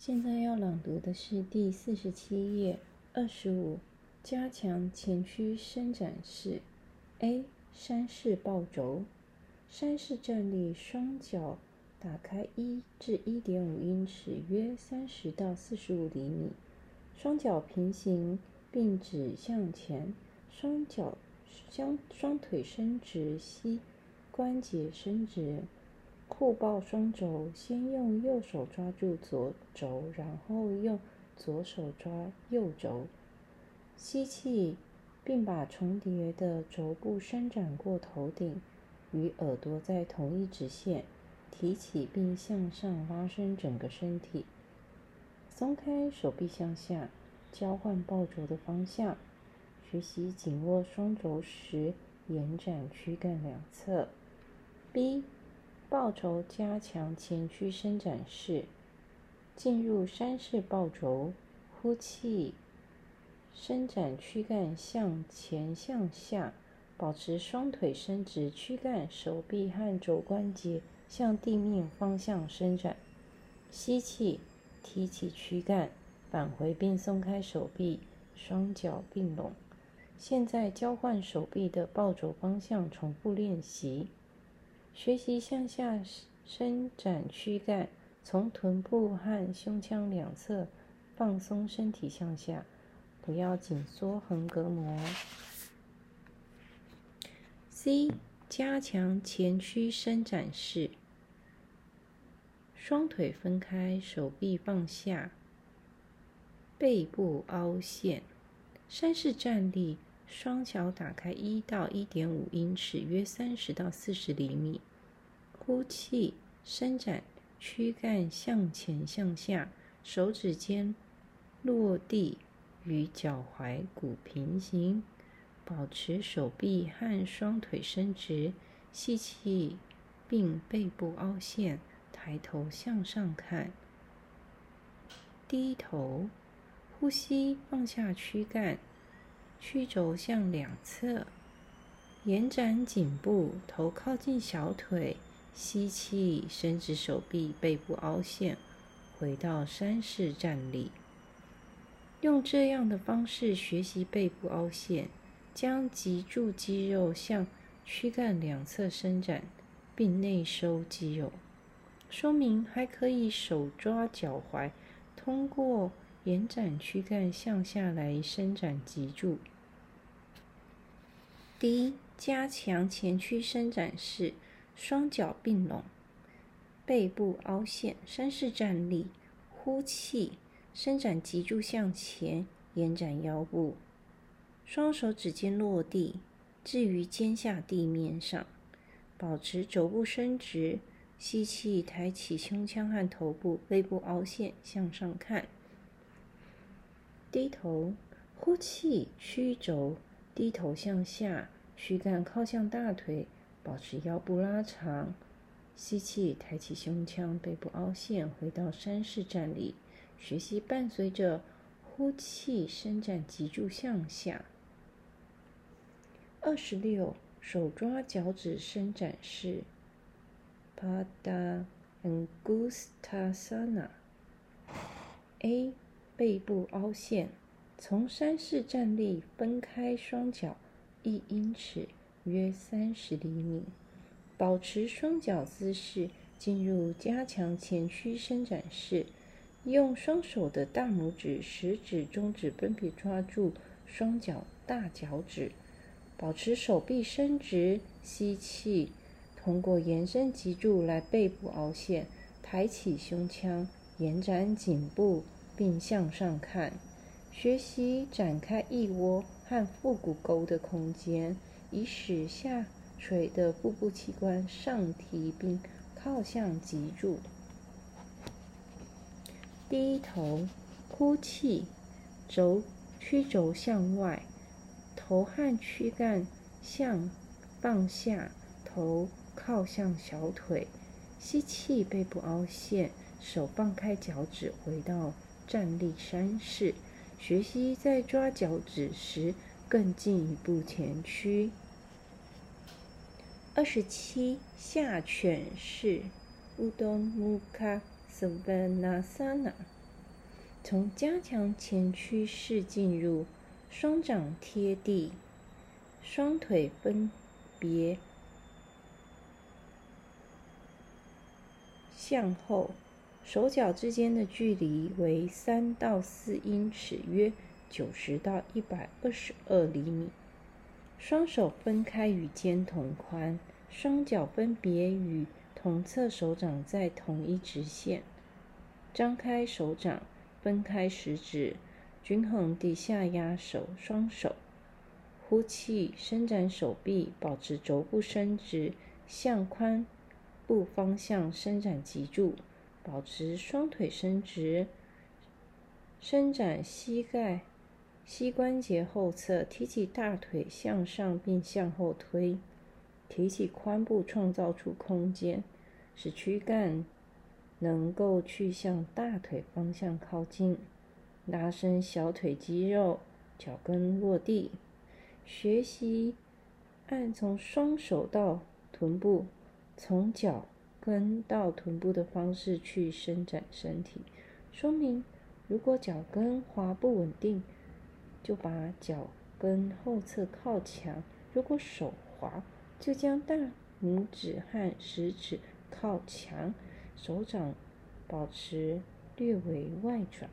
现在要朗读的是第47页25，加强前屈伸展式。A. 山式抱肘。山式站立，双脚打开1至1.5英尺，约30到45厘米。双脚平行，并指向前，双腿伸直，膝关节伸直。互抱双肘，先用右手抓住左肘，然后用左手抓右肘。吸气，并把重叠的肘部伸展过头顶，与耳朵在同一直线。提起并向上拉伸整个身体。松开手臂向下，交换抱肘的方向。学习紧握双肘时，延展躯干两侧。B. 抱肘加强前屈伸展式。进入山式抱肘，呼气，伸展躯干向前向下，保持双腿伸直，躯干、手臂和肘关节向地面方向伸展。吸气，提起躯干，返回并松开手臂，双脚并拢。现在交换手臂的抱肘方向，重复练习。学习向下伸展躯干，从臀部和胸腔两侧放松身体向下，不要紧缩横膈膜。C. 加强前屈伸展式。双腿分开，手臂放下，背部凹陷。山式站立，双脚打开1到1.5英尺，约30到40厘米。呼气，伸展躯干向前向下，手指尖落地，与脚踝骨平行，保持手臂和双腿伸直。吸气，并背部凹陷，抬头向上看。低头，呼吸，放下躯干，曲肘向两侧，延展颈部，头靠近小腿。吸气，伸直手臂，背部凹陷，回到山式站立。用这样的方式学习背部凹陷，将脊柱肌肉向躯干两侧伸展，并内收肌肉。说明还可以手抓脚踝，通过延展躯干向下来伸展脊柱。D. 加强前屈伸展式。双脚并拢，背部凹陷，山式站立。呼气，伸展脊柱向前，延展腰部。双手指尖落地，置于肩下地面上，保持肘部伸直。吸气，抬起胸腔和头部，背部凹陷，向上看。低头，呼气，曲肘，低头向下，躯干靠向大腿，保持腰部拉长。吸气，抬起胸腔，背部凹陷，回到山式站立。学习伴随着呼气伸展脊柱向下。26. 手抓脚趾伸展式。Pada Angustasana。 A. 背部凹陷，从山式站立分开双脚1英尺，约30厘米，保持双脚姿势，进入加强前屈伸展式。用双手的大拇指、食指、中指分别抓住双脚大脚趾，保持手臂伸直。吸气，通过延伸脊柱来背部凹陷，抬起胸腔，延展颈部，并向上看。学习展开腋窝和腹股沟的空间，以使下垂的腹部器官上提并靠向脊柱。低头，呼气，曲肘向外，头和躯干放下，头靠向小腿。吸气，背部凹陷，手放开脚趾，回到站立山式。学习在抓脚趾时更进一步前屈。27. 下犬式。Udon Mukha Svanasana。 从加强前屈式进入，双掌贴地，双腿分别向后，手脚之间的距离为3到4英尺，约90到122厘米。双手分开与肩同宽，双脚分别与同侧手掌在同一直线。张开手掌，分开食指，均衡地下压双手。呼气，伸展手臂，保持肘部伸直，向髋部方向伸展脊柱，保持双腿伸直，伸展膝关节后侧，提起大腿向上并向后推，提起髋部，创造出空间，使躯干能够去向大腿方向靠近，拉伸小腿肌肉，脚跟落地。学习按从双手到臀部，从脚跟到臀部的方式去伸展身体。说明如果脚跟滑不稳定，就把脚跟后侧靠墙；如果手滑，就将大拇指和食指靠墙，手掌保持略微外转。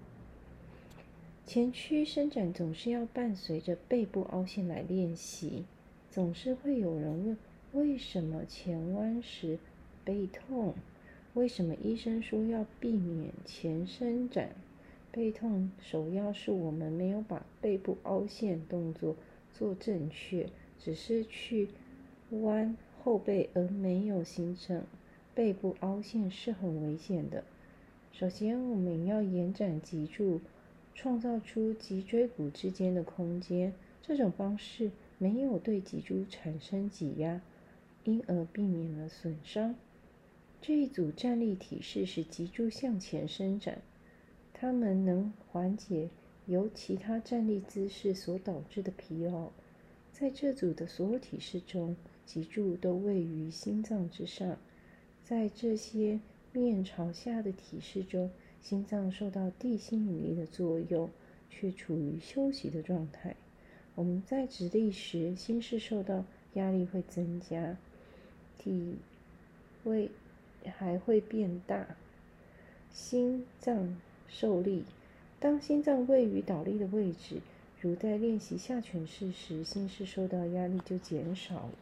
前屈伸展总是要伴随着背部凹陷来练习，总是会有人问，为什么前弯时背痛？为什么医生说要避免前伸展？背痛首要是我们没有把背部凹陷动作做正确，只是去弯后背而没有形成背部凹陷是很危险的。首先我们要延展脊柱，创造出脊椎骨之间的空间，这种方式没有对脊柱产生挤压，因而避免了损伤。这一组站立体式使脊柱向前伸展，它们能缓解由其他站立姿势所导致的疲劳。在这组的所有体式中，脊柱都位于心脏之上。在这些面朝下的体式中，心脏受到地心引力的作用，却处于休息的状态。我们在直立时，心室受到压力会增加，体位还会变大，心脏受力。当心脏位于倒立的位置，如在练习下犬式时，心室受到压力就减少了。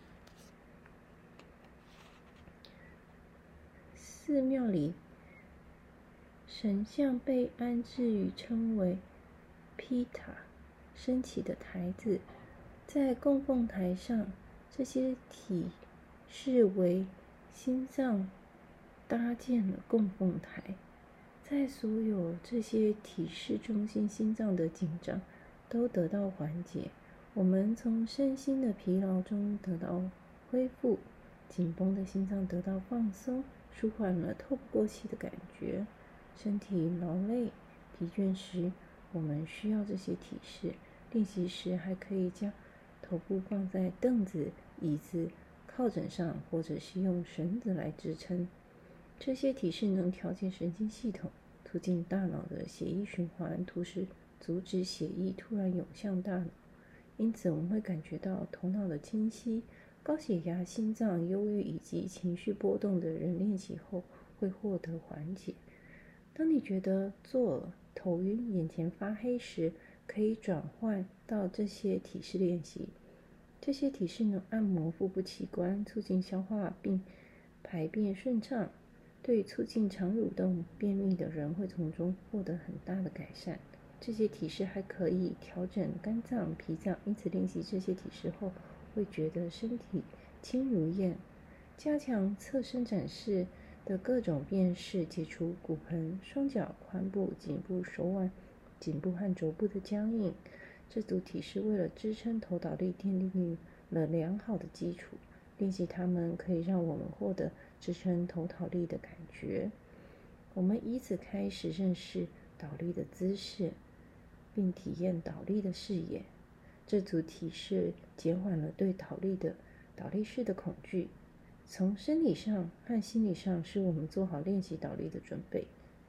寺庙里，神像被安置于称为毗塔升起的台子，在供奉台上，这些体式为心脏搭建了供奉台。在所有这些体式中心，心脏的紧张都得到缓解，我们从身心的疲劳中得到恢复，紧绷的心脏得到放松，舒缓了透不过气的感觉。身体劳累、疲倦时，我们需要这些体式。练习时还可以将头部放在凳子、椅子、靠枕上，或者是用绳子来支撑。这些体式能调节神经系统，促进大脑的血液循环，同时阻止血液突然涌向大脑。因此，我们会感觉到头脑的清晰。高血压、心脏、忧郁以及情绪波动的人练习后会获得缓解。当你觉得坐了、头晕、眼前发黑时，可以转换到这些体式练习。这些体式能按摩腹部器官，促进消化并排便顺畅。对促进肠蠕动、便秘的人会从中获得很大的改善。这些体式还可以调整肝脏、脾脏，因此练习这些体式后，会觉得身体轻如燕。加强侧伸展式的各种变式，解除骨盆、双脚、髋部、颈部、手腕、颈部和肘部的僵硬。这组体式为了支撑头倒立奠定了良好的基础。练习它们可以让我们获得支撑头倒立的感觉。我们以此开始认识倒立的姿势，并体验倒立的视野。这组体式减缓了对倒立式的恐惧，从生理上和心理上使我们做好练习倒立的准备。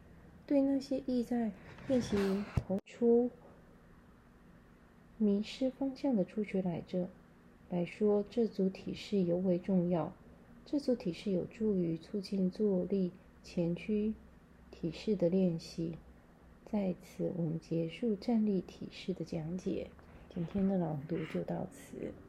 对那些意在练习投出迷失方向的初学来说，这组体式尤为重要。这组体式有助于促进坐立前屈体式的练习。在此，我们结束站立体式的讲解。今天的朗读就到此。